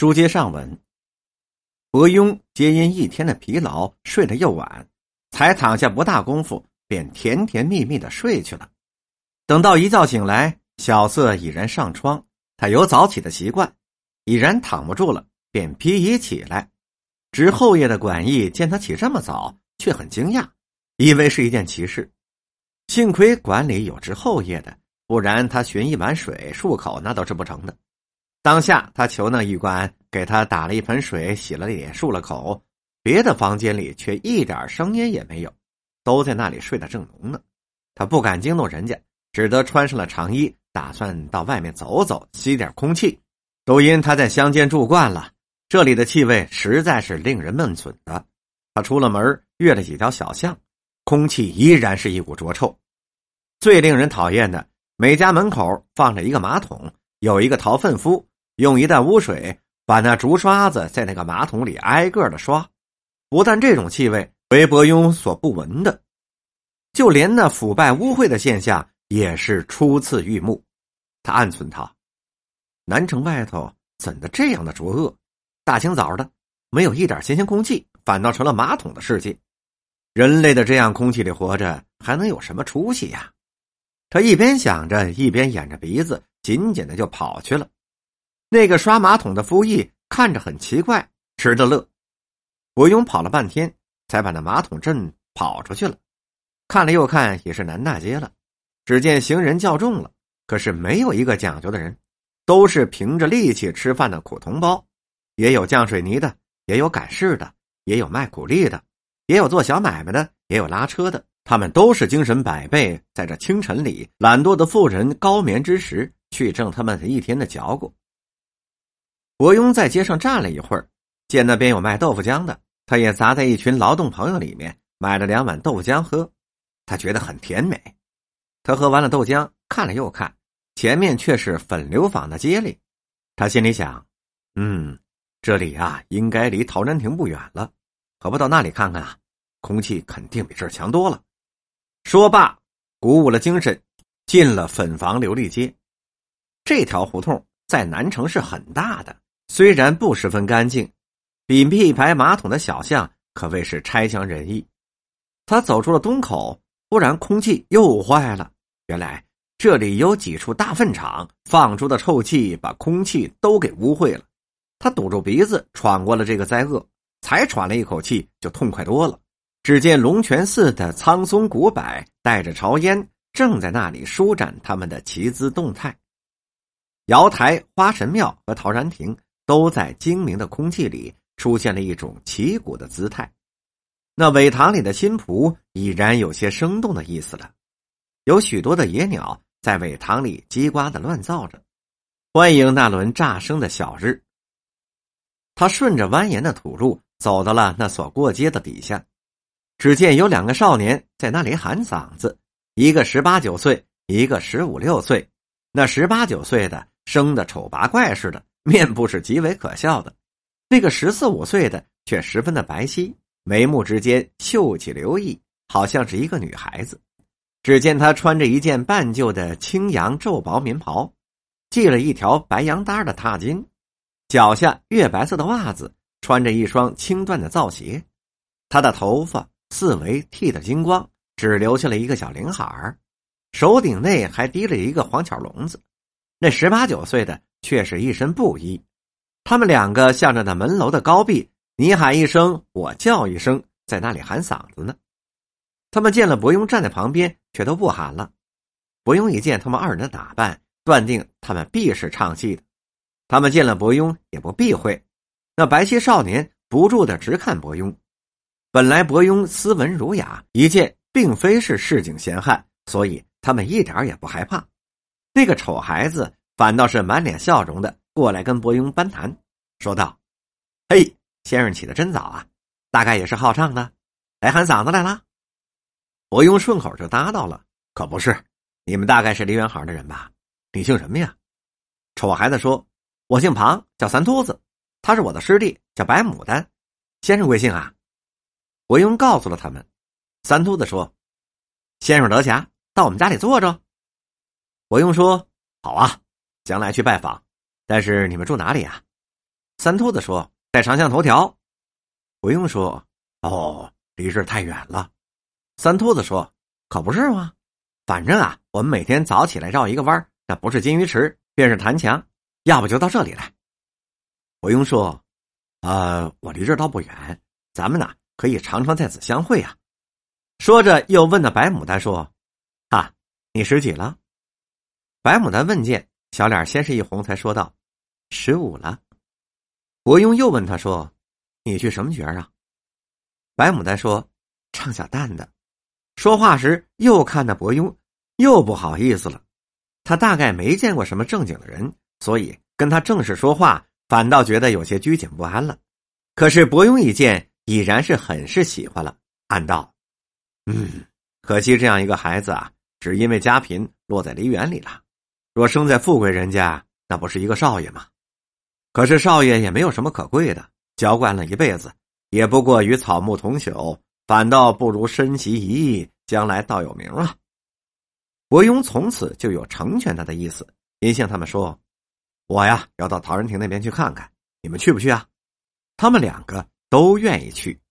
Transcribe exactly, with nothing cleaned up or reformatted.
书接上文，伯庸皆因一天的疲劳睡得又晚，才躺下不大功夫便甜甜蜜蜜的睡去了。等到一觉醒来，小色已然上窗，他有早起的习惯，已然躺不住了，便披衣起来。值后夜的管驿见他起这么早，却很惊讶，以为是一件奇事。幸亏馆里有值后夜的，不然他寻一碗水漱口那都是不成的。当下他求那驿官给他打了一盆水，洗了脸漱了口，别的房间里却一点声音也没有，都在那里睡得正浓呢。他不敢惊动人家，只得穿上了长衣，打算到外面走走，吸点空气。都因他在乡间住惯了，这里的气味实在是令人闷损的。他出了门，越了几条小巷，空气依然是一股浊臭。最令人讨厌的，每家门口放着一个马桶，有一个掏粪夫用一担污水把那竹刷子在那个马桶里挨个的刷。不但这种气味为伯庸所不闻的，就连那腐败污秽的现象也是初次遇目。他暗忖道，南城外头怎的这样的浊恶，大清早的没有一点新鲜空气，反倒成了马桶的世界。人类的这样空气里活着还能有什么出息呀？他一边想着，一边掩着鼻子紧紧的就跑去了。那个刷马桶的夫役看着很奇怪，吃着乐。伯庸跑了半天才把那马桶阵跑出去了，看了又看，也是南大街了。只见行人较重了，可是没有一个讲究的人，都是凭着力气吃饭的苦同胞，也有降水泥的，也有赶事的，也有卖苦力的，也有做小买卖的，也有拉车的。他们都是精神百倍，在这清晨里，懒惰的妇人高眠之时去挣他们一天的嚼骨。伯庸在街上站了一会儿，见那边有卖豆腐浆的，他也砸在一群劳动朋友里面买了两碗豆腐浆喝，他觉得很甜美。他喝完了豆浆，看了又看，前面却是粉流坊的街里。他心里想，嗯，这里啊应该离陶然亭不远了，何不到那里看看啊？空气肯定比这儿强多了。说罢，鼓舞了精神，进了粉房琉璃街。这条胡同在南城是很大的，虽然不十分干净，比一排马桶的小巷可谓是差强人意。他走出了东口，忽然空气又坏了。原来这里有几处大粪场，放出的臭气把空气都给污秽了。他堵住鼻子闯过了这个灾厄，才喘了一口气就痛快多了。只见龙泉寺的苍松古柏带着朝烟，正在那里舒展他们的奇姿动态。瑶台、花神庙和陶然亭都在精明的空气里出现了一种奇古的姿态。那苇塘里的新蒲已然有些生动的意思了，有许多的野鸟在苇塘里叽呱的乱造着，欢迎那轮乍生的小日。他顺着蜿蜒的土路走到了那所过街的底下，只见有两个少年在那里喊嗓子，一个十八九岁，一个十五六岁。那十八九岁的生得丑八怪似的，面部是极为可笑的；那个十四五岁的却十分的白皙，眉目之间秀气流溢，好像是一个女孩子。只见她穿着一件半旧的青羊皱薄棉袍，系了一条白羊带的踏巾，脚下月白色的袜子，穿着一双青缎的皂鞋。她的头发四围剃得精光，只留下了一个小领海儿，手顶内还提了一个黄巧笼子。那十八九岁的却是一身布衣。他们两个向着那门楼的高壁，你喊一声我叫一声，在那里喊嗓子呢。他们见了伯庸站在旁边，却都不喊了。伯庸一见他们二人的打扮，断定他们必是唱戏的。他们见了伯庸也不避讳，那白皙少年不住地直看伯庸。本来伯庸斯文儒雅，一见并非是市井闲汉，所以他们一点也不害怕。那个丑孩子反倒是满脸笑容的过来跟伯庸攀谈，说道，嘿，先生起得真早啊，大概也是好唱的，来喊嗓子来了。伯庸顺口就答道了，可不是，你们大概是梨园行的人吧？你姓什么呀？丑孩子说，我姓庞，叫三秃子，他是我的师弟，叫白牡丹，先生贵姓啊？伯庸告诉了他们。三秃子说，先生得暇到我们家里坐着。伯庸说，好啊，将来去拜访，但是你们住哪里啊？ 三秃子说：“在长巷头条。”伯庸说：“哦，离这儿太远了。”三秃子说：“可不是吗？反正啊，我们每天早起来绕一个弯，那不是金鱼池便是潭墙，要不就到这里来。”伯庸说：“呃，我离这儿倒不远，咱们呢可以常常在此相会啊。”说着又问那白牡丹说：“啊，你十几了？”白牡丹问见，小脸先是一红，才说道：“十五了。”伯庸又问他说：“你去什么角啊？”白牡丹说：“唱小旦的。”说话时又看那伯庸，又不好意思了。他大概没见过什么正经的人，所以跟他正式说话，反倒觉得有些拘谨不安了。可是伯庸一见，已然是很是喜欢了，暗道：“嗯，可惜这样一个孩子啊，只因为家贫落在梨园里了。若生在富贵人家，那不是一个少爷吗？可是少爷也没有什么可贵的，娇惯了一辈子，也不过与草木同朽，反倒不如深习一艺，将来倒有名啊。”伯庸从此就有成全他的意思，因向他们说：“我呀要到陶然亭那边去看看，你们去不去啊？”他们两个都愿意去。